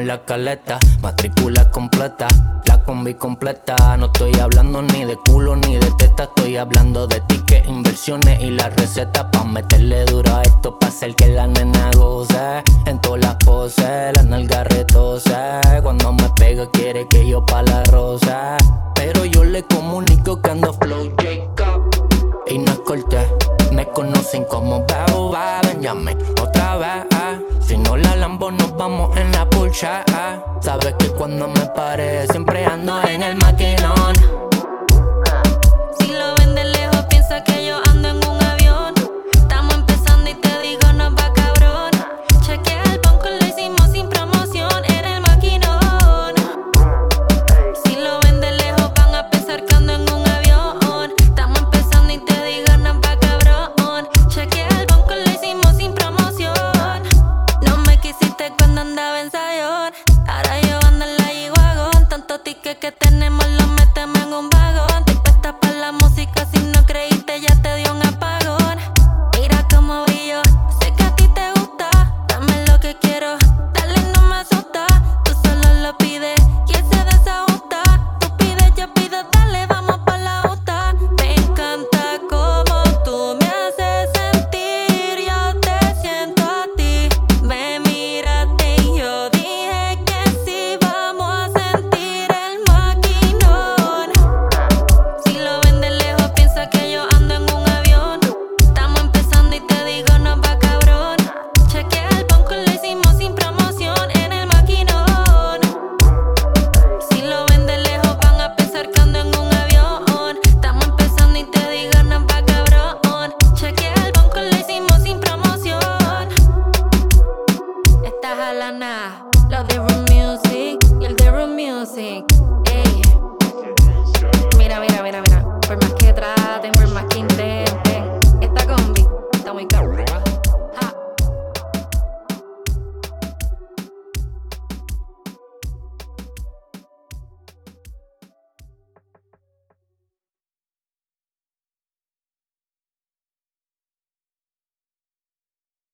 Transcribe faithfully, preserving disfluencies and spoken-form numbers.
la caleta, matrícula completa, la combi completa. No estoy hablando ni de culo ni de teta, estoy hablando de tickets, inversiones y la receta pa' meterle duro a esto, pa' hacer que la nena goce. En todas las poses, la nalga retose. Cuando me pega quiere que yo pa' la rosa, pero yo le comunico que ando flow Jacob y no es cortés. Me conocen como Bebo Benjamin otra vez, eh. Si no la Lambo nos vamos en la Porsche, eh. Sabes que cuando me pare siempre ando en el maquinón.